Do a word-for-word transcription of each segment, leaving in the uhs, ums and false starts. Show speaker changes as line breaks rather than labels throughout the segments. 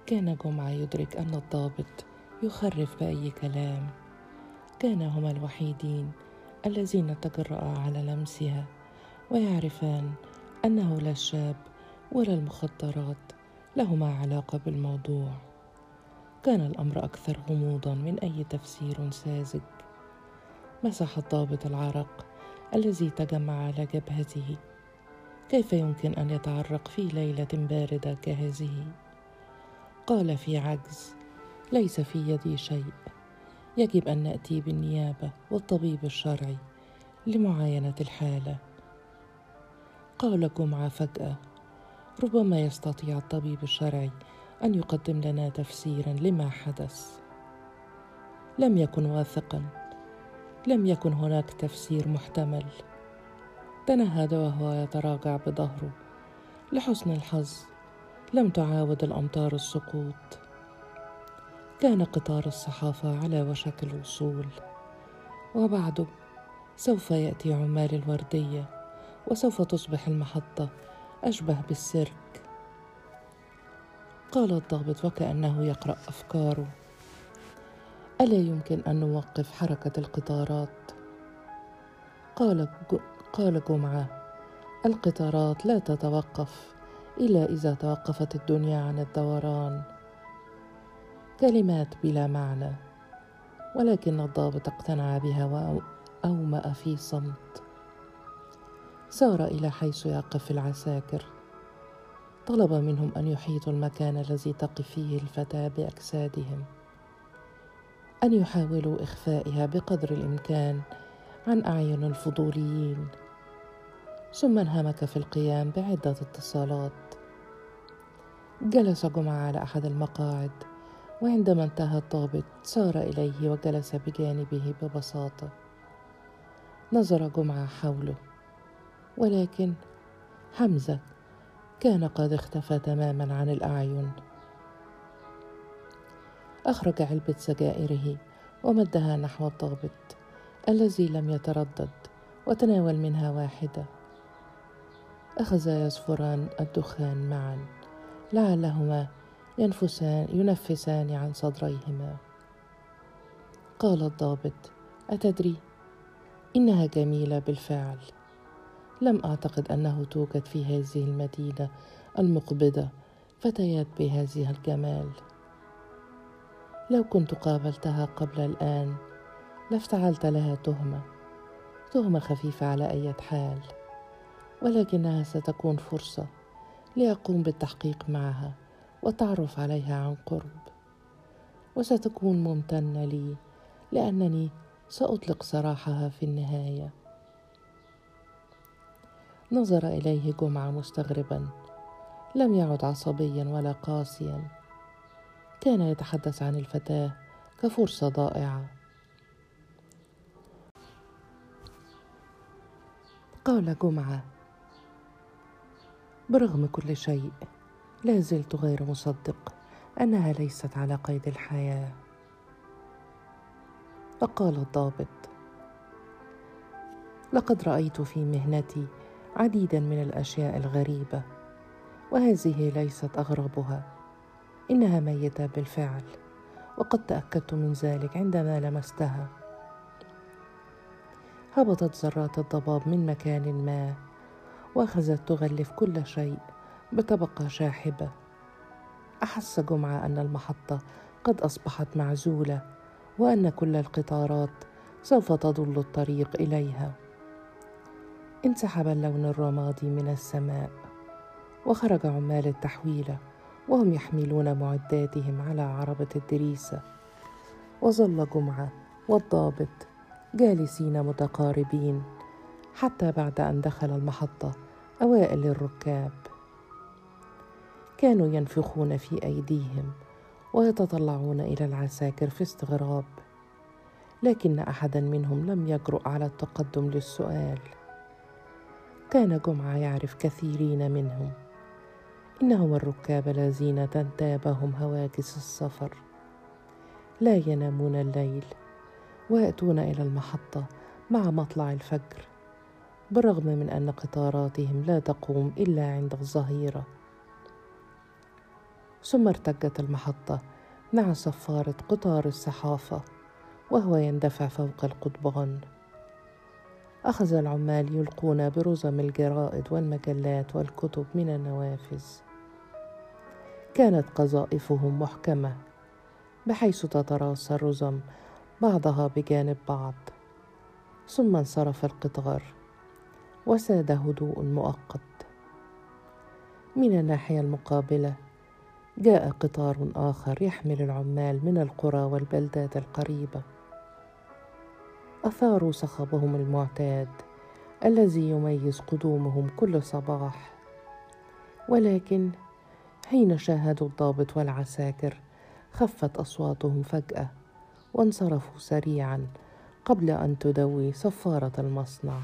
كان جمعة يدرك أن الضابط يخرف بأي كلام. كان هما الوحيدين الذين تجرأا على لمسها، ويعرفان أنه لا الشاب ولا المخدرات لهما علاقة بالموضوع. كان الأمر أكثر غموضا من أي تفسير ساذج. مسح الضابط العرق الذي تجمع على جبهته. كيف يمكن أن يتعرق في ليلة باردة كهذه؟ قال في عجز: ليس في يدي شيء، يجب أن نأتي بالنيابة والطبيب الشرعي لمعاينة الحالة. قال جمعة فجأة: ربما يستطيع الطبيب الشرعي أن يقدم لنا تفسيرا لما حدث. لم يكن واثقا، لم يكن هناك تفسير محتمل. تنهد وهو يتراجع بظهره. لحسن الحظ لم تعاود الأمطار السقوط. كان قطار الصحافة على وشك الوصول، وبعده سوف يأتي عمال الوردية، وسوف تصبح المحطة أشبه بالسيرك. قال الضابط وكأنه يقرأ أفكاره: ألا يمكن أن نوقف حركة القطارات؟ قال قال جمعة: القطارات لا تتوقف إلا إذا توقفت الدنيا عن الدوران. كلمات بلا معنى، ولكن الضابط اقتنع بها وأومأ في صمت. سار إلى حيث يقف العساكر. طلب منهم أن يحيطوا المكان الذي تقف فيه الفتاة بأجسادهم، أن يحاولوا إخفائها بقدر الإمكان عن أعين الفضوليين. ثم انهمك في القيام بعدة اتصالات. جلس جمعة على أحد المقاعد، وعندما انتهى الضابط سار إليه وجلس بجانبه ببساطة. نظر جمعة حوله، ولكن حمزة كان قد اختفى تماما عن الأعين. أخرج علبة سجائره ومدها نحو الضابط الذي لم يتردد، وتناول منها واحدة. أخذا يصفران الدخان معا، لعلهما ينفسان ينفسان عن صدريهما. قال الضابط: أتدري، إنها جميلة بالفعل. لم أعتقد أنه توجد في هذه المدينة المقبضة فتيات بهذه الجمال. لو كنت قابلتها قبل الآن لافتعلت لها تهمة، تهمة خفيفة على أي حال، ولكنها ستكون فرصة لأقوم بالتحقيق معها والتعرف عليها عن قرب، وستكون ممتنة لي لأنني سأطلق سراحها في النهاية. نظر إليه جمعة مستغربا. لم يعد عصبيا ولا قاسيا. كان يتحدث عن الفتاة كفرصة ضائعة. قال جمعة: برغم كل شيء لا زلت غير مصدق أنها ليست على قيد الحياة. فقال الضابط: لقد رأيت في مهنتي عديدا من الأشياء الغريبة، وهذه ليست أغربها. إنها ميتة بالفعل، وقد تأكدت من ذلك عندما لمستها. هبطت ذرات الضباب من مكان ما، وأخذت تغلف كل شيء بطبقة شاحبة. أحس جمعة أن المحطة قد أصبحت معزولة، وأن كل القطارات سوف تضل الطريق إليها. انسحب اللون الرمادي من السماء، وخرج عمال التحويلة وهم يحملون معداتهم على عربة الدريسة. وظل جمعة والضابط جالسين متقاربين حتى بعد أن دخل المحطة أوائل الركاب. كانوا ينفخون في أيديهم ويتطلعون إلى العساكر في استغراب، لكن أحدا منهم لم يجرؤ على التقدم للسؤال. كان جمعة يعرف كثيرين منهم. إنهم الركاب الذين تنتابهم هواجس السفر، لا ينامون الليل، ويأتون إلى المحطة مع مطلع الفجر، بالرغم من أن قطاراتهم لا تقوم إلا عند الظهيرة. ثم ارتجت المحطة مع صفارة قطار الصحافة وهو يندفع فوق القضبان. أخذ العمال يلقون برزم الجرائد والمجلات والكتب من النوافذ. كانت قذائفهم محكمة بحيث تتراصى الرزم بعضها بجانب بعض. ثم انصرف القطار وساد هدوء مؤقت. من الناحية المقابلة جاء قطار آخر يحمل العمال من القرى والبلدات القريبة. أثاروا صخبهم المعتاد الذي يميز قدومهم كل صباح، ولكن حين شاهدوا الضابط والعساكر خفت أصواتهم فجأة وانصرفوا سريعا قبل أن تدوي صفارة المصنع.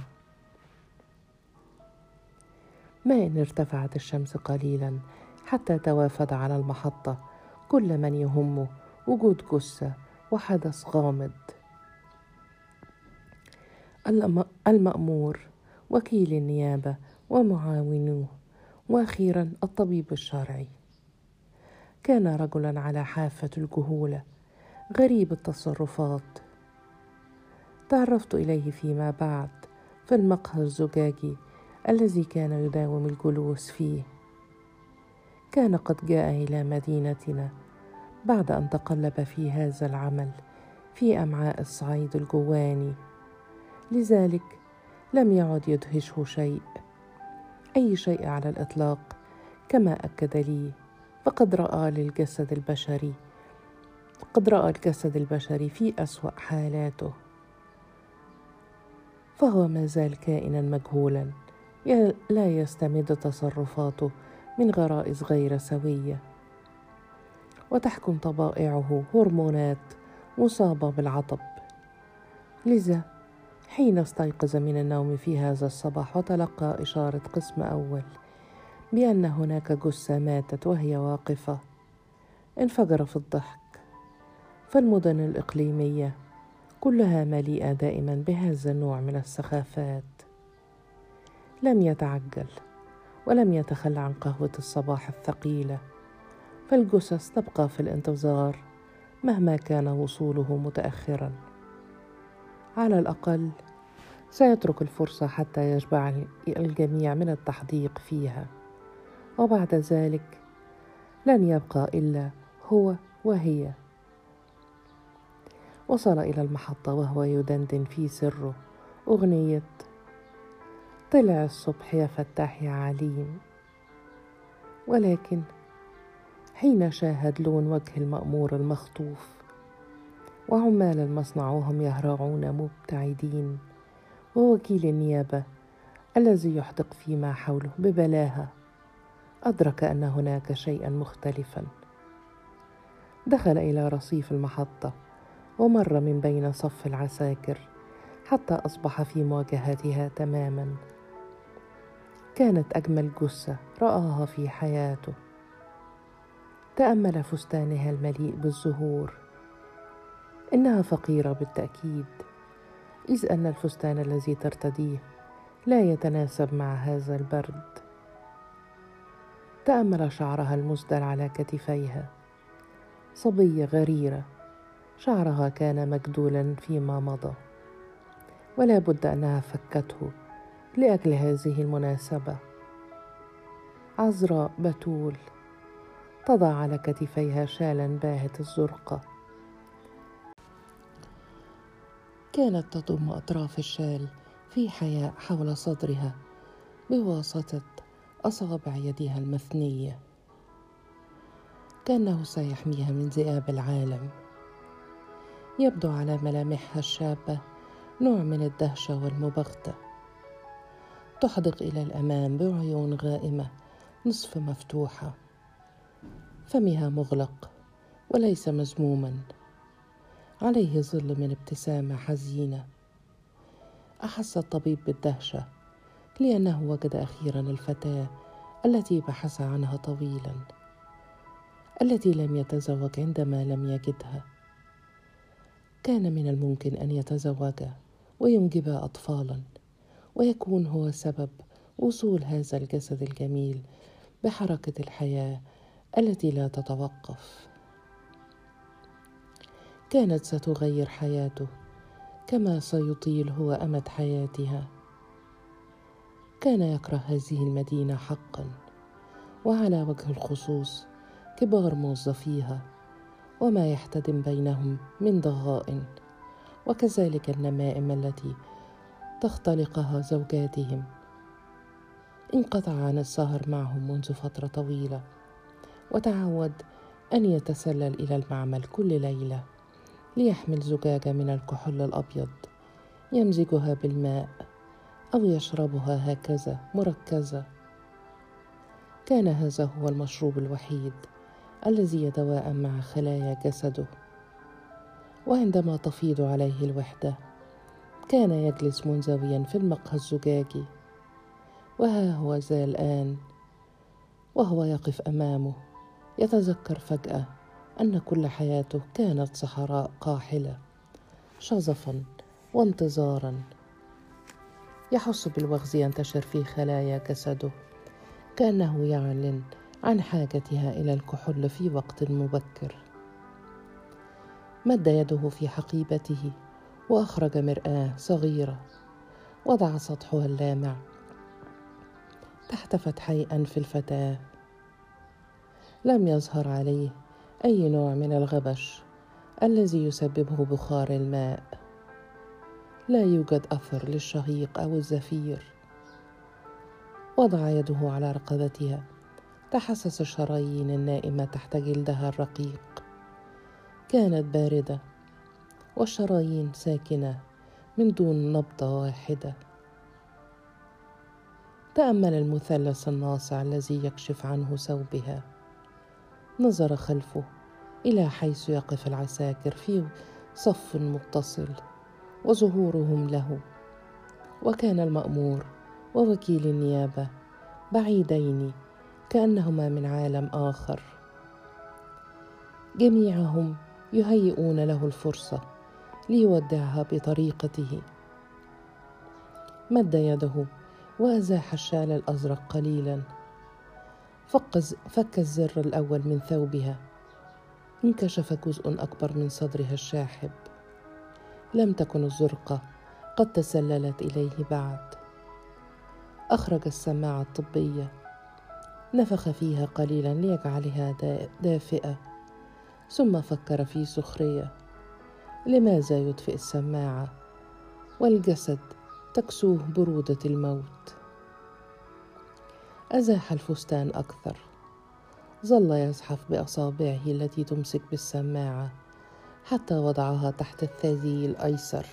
ما إن ارتفعت الشمس قليلا حتى توافد على المحطة كل من يهمه وجود جثة وحدث غامض. المأمور، وكيل النيابة ومعاونوه، وأخيرا الطبيب الشرعي. كان رجلا على حافة الجهولة، غريب التصرفات. تعرفت إليه فيما بعد في المقهى الزجاجي الذي كان يداوم الجلوس فيه. كان قد جاء إلى مدينتنا بعد أن تقلب في هذا العمل في أمعاء الصعيد الجواني، لذلك لم يعد يدهشه شيء، أي شيء على الإطلاق، كما أكد لي. فقد رأى للجسد البشري قد رأى الجسد البشري في أسوأ حالاته، فهو ما زال كائنا مجهولا لا يستمد تصرفاته من غرائز غير سوية، وتحكم طبائعه هرمونات مصابة بالعطب. لذا حين استيقظ من النوم في هذا الصباح وتلقى إشارة قسم أول بأن هناك جثة ماتت وهي واقفة، انفجر في الضحك. فالمدن الإقليمية كلها مليئة دائما بهذا النوع من السخافات. لم يتعجل ولم يتخلى عن قهوة الصباح الثقيلة، فالجثث تبقى في الانتظار مهما كان وصوله متأخرا. على الأقل سيترك الفرصة حتى يشبع الجميع من التحديق فيها، وبعد ذلك لن يبقى إلا هو وهي. وصل إلى المحطة وهو يدندن في سره أغنية طلع الصبح يا فتاح يا عليم. ولكن حين شاهد لون وجه المأمور المخطوف وعمال المصنع وهم يهرعون مبتعدين، ووكيل النيابة الذي يحدق فيما حوله ببلاهة، أدرك أن هناك شيئا مختلفا. دخل إلى رصيف المحطة ومر من بين صف العساكر حتى أصبح في مواجهتها تماما. كانت أجمل جثة رآها في حياته. تأمل فستانها المليء بالزهور. إنها فقيرة بالتأكيد، إذ أن الفستان الذي ترتديه لا يتناسب مع هذا البرد. تأمل شعرها المسدل على كتفيها. صبية غريرة، شعرها كان مجدولا فيما مضى، ولا بد أنها فكته لأجل هذه المناسبة. عذراء بتول تضع على كتفيها شالا باهت الزرقة. كانت تضم أطراف الشال في حياء حول صدرها بواسطة أصابع يدها المثنية، كأنه سيحميها من ذئاب العالم. يبدو على ملامحها الشابة نوع من الدهشة والمباغتة. تحدق إلى الأمام بعيون غائمة نصف مفتوحة. فمها مغلق وليس مزموما، عليه ظل من ابتسامة حزينة. أحس الطبيب بالدهشة لأنه وجد أخيرا الفتاة التي بحث عنها طويلا، التي لم يتزوج عندما لم يجدها. كان من الممكن أن يتزوجا وينجبا أطفالا، ويكون هو سبب وصول هذا الجسد الجميل بحركة الحياة التي لا تتوقف. كانت ستغير حياته كما سيطيل هو أمد حياتها. كان يكره هذه المدينة حقا، وعلى وجه الخصوص كبار موظفيها وما يحتدم بينهم من ضغائن، وكذلك النمائم التي تختلقها زوجاتهم. انقطع عن السهر معهم منذ فترة طويلة، وتعود أن يتسلل إلى المعمل كل ليلة ليحمل زجاجة من الكحول الأبيض يمزجها بالماء أو يشربها هكذا مركزة. كان هذا هو المشروب الوحيد الذي يتواءم مع خلايا جسده. وعندما تفيض عليه الوحدة كان يجلس منزويا في المقهى الزجاجي، وها هو ذا الآن وهو يقف أمامه يتذكر فجأة أن كل حياته كانت صحراء قاحلة، شظفا وانتظارا. يحس بالوغز ينتشر في خلايا جسده، كأنه يعلن عن حاجتها إلى الكحول في وقت مبكر. مد يده في حقيبته وأخرج مرآة صغيرة، وضع سطحها اللامع تحت فتحي أنف الفتاة. لم يظهر عليه أي نوع من الغبش الذي يسببه بخار الماء. لا يوجد أثر للشهيق أو الزفير. وضع يده على رقبتها، تحسس الشرايين النائمة تحت جلدها الرقيق. كانت باردة والشرايين ساكنة من دون نبضة واحدة. تأمل المثلث الناصع الذي يكشف عنه ثوبها. نظر خلفه إلى حيث يقف العساكر في صف متصل وظهورهم له، وكان المأمور ووكيل النيابة بعيدين كأنهما من عالم آخر. جميعهم يهيئون له الفرصة ليودعها بطريقته. مد يده وأزاح الشال الأزرق قليلا، فك الزر الأول من ثوبها. انكشف جزء أكبر من صدرها الشاحب. لم تكن الزرقة قد تسللت إليه بعد. أخرج السماعة الطبية، نفخ فيها قليلا ليجعلها دافئة، ثم فكر في سخرية. لماذا يطفئ السماعة والجسد تكسوه برودة الموت؟ أزاح الفستان أكثر. ظل يزحف بأصابعه التي تمسك بالسماعة حتى وضعها تحت الثدي الأيسر.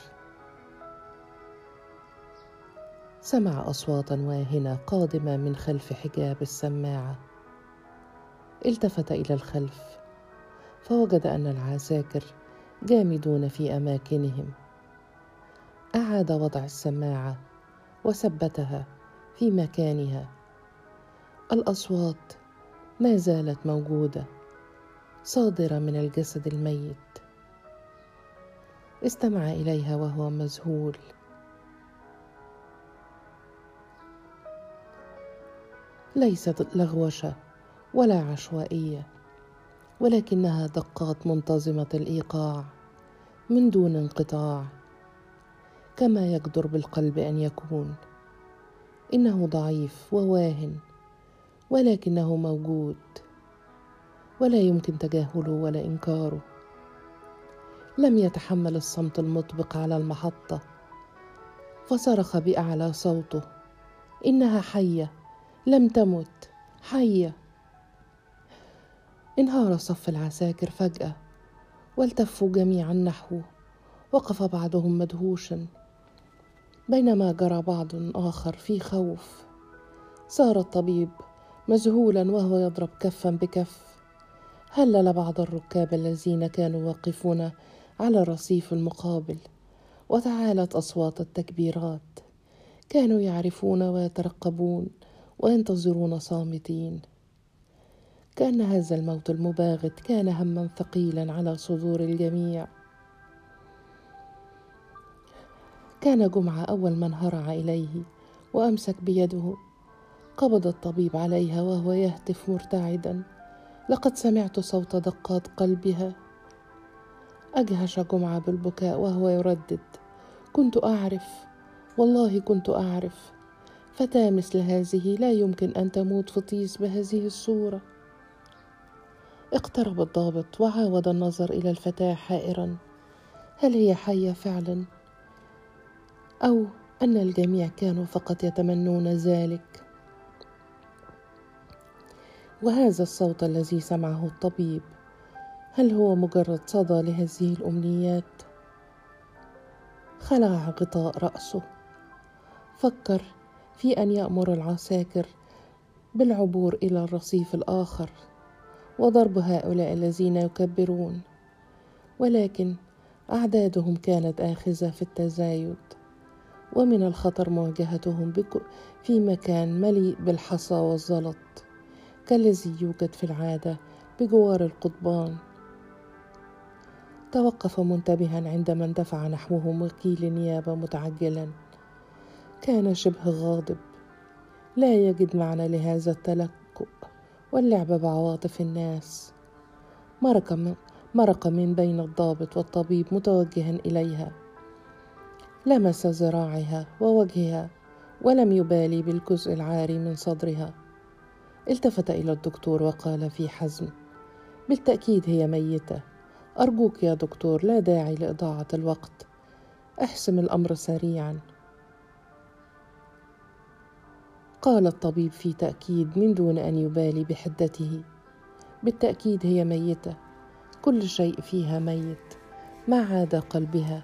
سمع أصواتا واهنة قادمة من خلف حجاب السماعة. التفت إلى الخلف فوجد أن العساكر جامدون في أماكنهم. أعاد وضع السماعة وثبتها في مكانها. الأصوات ما زالت موجودة، صادرة من الجسد الميت. استمع إليها وهو مذهول. ليست لغوشة ولا عشوائية، ولكنها دقات منتظمة الإيقاع من دون انقطاع، كما يجدر بالقلب أن يكون. إنه ضعيف وواهن، ولكنه موجود، ولا يمكن تجاهله ولا إنكاره. لم يتحمل الصمت المطبق على المحطة، فصرخ بأعلى صوته: إنها حية، لم تمت، حية. انهار صف العساكر فجأة والتفوا جميعا نحوه. وقف بعضهم مدهوشا، بينما جرى بعض آخر في خوف. صار الطبيب مذهولا وهو يضرب كفا بكف. هلل بعض الركاب الذين كانوا واقفون على الرصيف المقابل، وتعالت أصوات التكبيرات. كانوا يعرفون ويترقبون وينتظرون صامتين. كأن هذا الموت المباغت كان هما ثقيلا على صدور الجميع. كان جمعة أول من هرع إليه وأمسك بيده. قبض الطبيب عليها وهو يهتف مرتعدا: لقد سمعت صوت دقات قلبها. أجهش جمعة بالبكاء وهو يردد: كنت أعرف، والله كنت أعرف، فتاة مثل هذه لا يمكن أن تموت في طيس بهذه الصورة. اقترب الضابط وعاود النظر إلى الفتاة حائرا: هل هي حية فعلا، أو أن الجميع كانوا فقط يتمنون ذلك؟ وهذا الصوت الذي سمعه الطبيب، هل هو مجرد صدى لهذه الأمنيات؟ خلع غطاء رأسه، فكر في أن يأمر العساكر بالعبور إلى الرصيف الآخر وضرب هؤلاء الذين يكبرون، ولكن أعدادهم كانت آخذة في التزايد، ومن الخطر مواجهتهم في مكان مليء بالحصى والزلط كالذي يوجد في العادة بجوار القضبان. توقف منتبها عندما اندفع نحوه وكيل النيابة متعجلا. كان شبه غاضب، لا يجد معنى لهذا التلكؤ واللعب بعواطف الناس. مرق من, مرق من بين الضابط والطبيب متوجها إليها، لمس ذراعها ووجهها ولم يبالي بالجزء العاري من صدرها. التفت إلى الدكتور وقال في حزم: بالتأكيد هي ميتة، أرجوك يا دكتور لا داعي لإضاعة الوقت، احسم الأمر سريعا. قال الطبيب في تأكيد من دون أن يبالي بحدته: بالتأكيد هي ميتة، كل شيء فيها ميت ما عدا قلبها.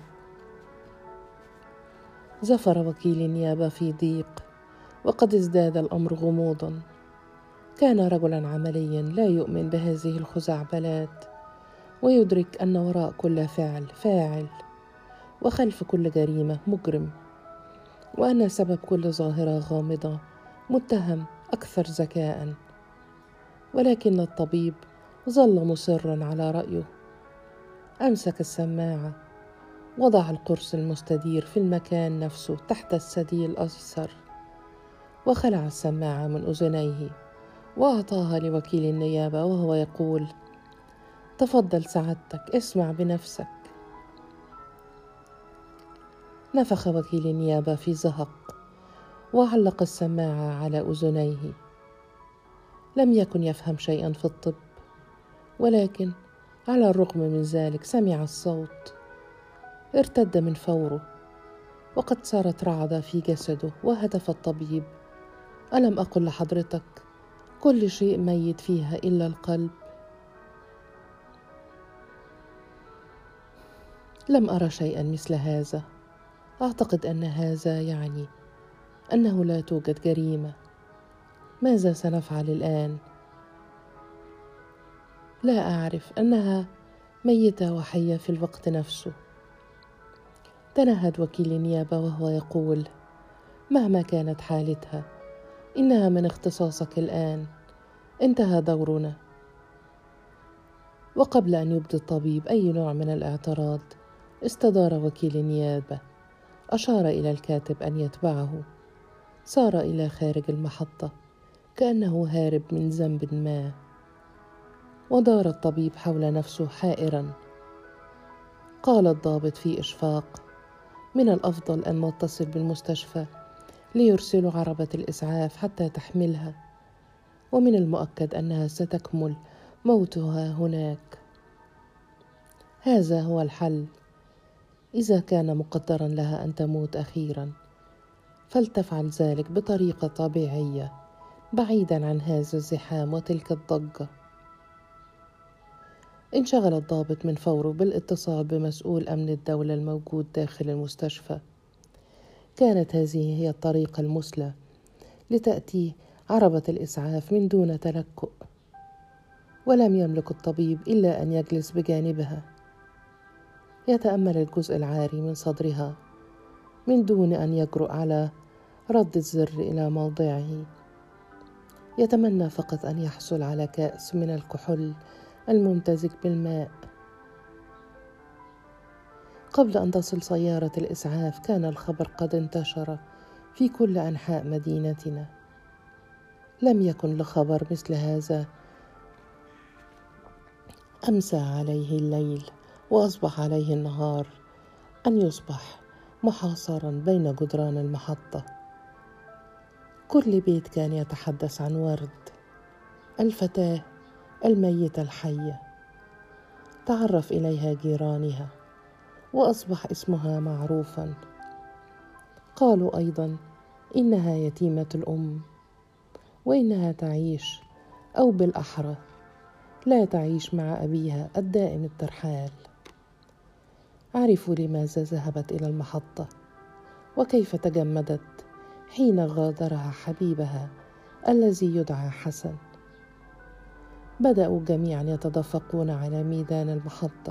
زفر وكيل النيابة في ضيق، وقد ازداد الأمر غموضا. كان رجلا عمليا لا يؤمن بهذه الخزعبلات، ويدرك أن وراء كل فعل فاعل، وخلف كل جريمة مجرم، وأن سبب كل ظاهرة غامضة متهم أكثر ذكاء. ولكن الطبيب ظل مصرا على رأيه. أمسك السماعة، وضع القرص المستدير في المكان نفسه تحت الثدي الأيسر، وخلع السماعة من أذنيه وأعطاها لوكيل النيابة وهو يقول: تفضل سعادتك، اسمع بنفسك. نفخ وكيل النيابة في زهق وعلق السماعة على أذنيه. لم يكن يفهم شيئا في الطب، ولكن على الرغم من ذلك سمع الصوت. ارتد من فوره، وقد صارت رعدة في جسده، وهتف الطبيب: ألم أقل لحضرتك كل شيء ميت فيها إلا القلب؟ لم أرى شيئا مثل هذا. أعتقد أن هذا يعني أنه لا توجد جريمة. ماذا سنفعل الآن؟ لا أعرف أنها ميتة وحية في الوقت نفسه. تنهد وكيل النيابة وهو يقول: مهما كانت حالتها إنها من اختصاصك الآن، انتهى دورنا. وقبل أن يبدي الطبيب أي نوع من الاعتراض، استدار وكيل النيابة، أشار إلى الكاتب أن يتبعه، سار إلى خارج المحطة كأنه هارب من ذنب ما. ودار الطبيب حول نفسه حائرا. قال الضابط في إشفاق: من الأفضل أن نتصل بالمستشفى ليرسلوا عربة الإسعاف حتى تحملها، ومن المؤكد أنها ستكمل موتها هناك. هذا هو الحل. إذا كان مقدرا لها أن تموت أخيرا، فلتفعل ذلك بطريقة طبيعية بعيدا عن هذا الزحام وتلك الضجة. انشغل الضابط من فوره بالاتصال بمسؤول أمن الدولة الموجود داخل المستشفى. كانت هذه هي الطريقة المثلى لتأتي عربة الإسعاف من دون تلكؤ، ولم يملك الطبيب إلا أن يجلس بجانبها يتأمل الجزء العاري من صدرها من دون أن يجرؤ على رد الزر إلى موضعه. يتمنى فقط أن يحصل على كأس من الكحول الممتزج بالماء. قبل أن تصل سيارة الإسعاف كان الخبر قد انتشر في كل أنحاء مدينتنا. لم يكن لخبر مثل هذا أمسى عليه الليل وأصبح عليه النهار، أن يصبح محاصرا بين جدران المحطة. كل بيت كان يتحدث عن ورد، الفتاة الميتة الحية. تعرف إليها جيرانها وأصبح اسمها معروفا. قالوا أيضا إنها يتيمة الأم، وإنها تعيش، أو بالأحرى لا تعيش، مع أبيها الدائم الترحال. عرفوا لماذا ذهبت إلى المحطة، وكيف تجمدت حين غادرها حبيبها الذي يدعى حسن. بدأوا جميعا يتدفقون على ميدان المحطة،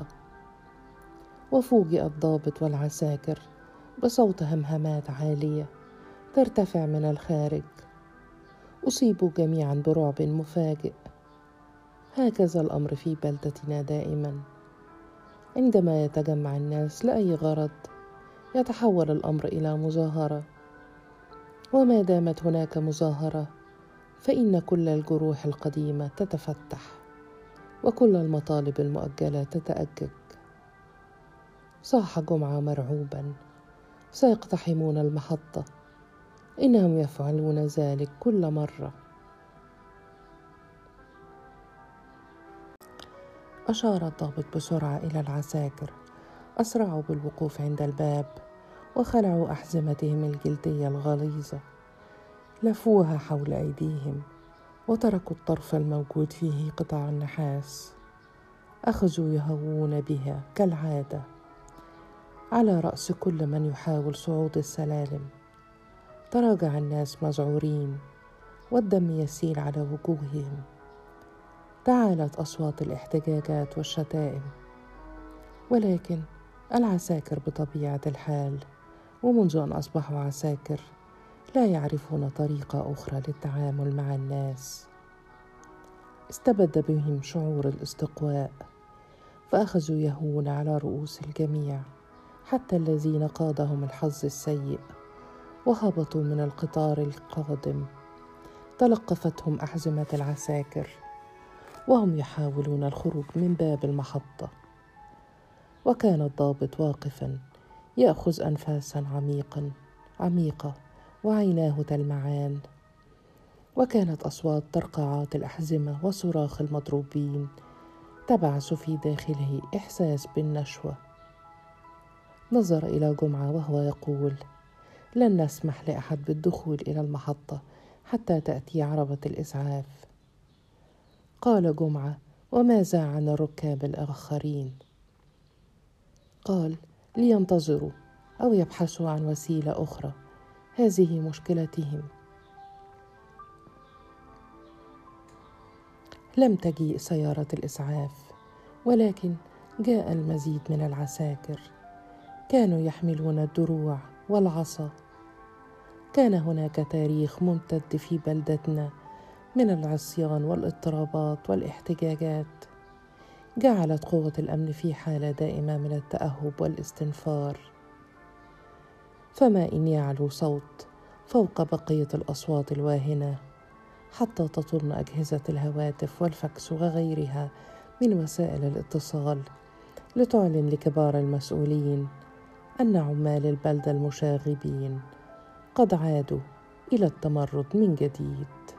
وفوجئ الضابط والعساكر بصوت همهمات عالية ترتفع من الخارج. أصيبوا جميعا برعب مفاجئ. هكذا الأمر في بلدتنا دائما، عندما يتجمع الناس لأي غرض يتحول الأمر إلى مظاهرة، وما دامت هناك مظاهرة فإن كل الجروح القديمة تتفتح، وكل المطالب المؤجلة تتأجج. صاح جمعة مرعوبا: سيقتحمون المحطة، إنهم يفعلون ذلك كل مرة. أشار الضابط بسرعة إلى العساكر. أسرعوا بالوقوف عند الباب وخلعوا أحزمتهم الجلدية الغليظة، لفوها حول أيديهم وتركوا الطرف الموجود فيه قطع النحاس. أخذوا يهوون بها كالعادة على رأس كل من يحاول صعود السلالم. تراجع الناس مذعورين والدم يسيل على وجوههم. تعالت أصوات الاحتجاجات والشتائم، ولكن العساكر بطبيعة الحال ومنذ أن أصبحوا عساكر لا يعرفون طريقة أخرى للتعامل مع الناس. استبد بهم شعور الاستقواء، فأخذوا يهون على رؤوس الجميع، حتى الذين قادهم الحظ السيء وهبطوا من القطار القادم. تلقفتهم أحزمة العساكر وهم يحاولون الخروج من باب المحطة، وكان الضابط واقفا يأخذ أنفاسا عميقا عميقة وعيناه تلمعان. وكانت أصوات ترقعات الأحزمة وصراخ المضروبين تبعث في داخله إحساس بالنشوة. نظر إلى جمعة وهو يقول: لن نسمح لأحد بالدخول إلى المحطة حتى تأتي عربة الإسعاف. قال جمعة: وماذا عن الركاب الآخرين؟ قال: لينتظروا أو يبحثوا عن وسيلة أخرى، هذه مشكلتهم. لم تجيء سيارة الإسعاف، ولكن جاء المزيد من العساكر. كانوا يحملون الدروع والعصا. كان هناك تاريخ ممتد في بلدتنا من العصيان والاضطرابات والاحتجاجات، جعلت قوة الأمن في حالة دائمة من التأهب والاستنفار. فما إن يعلو صوت فوق بقية الأصوات الواهنة حتى تطن أجهزة الهواتف والفاكس وغيرها من وسائل الاتصال لتعلن لكبار المسؤولين أن عمال البلدة المشاغبين قد عادوا إلى التمرد من جديد.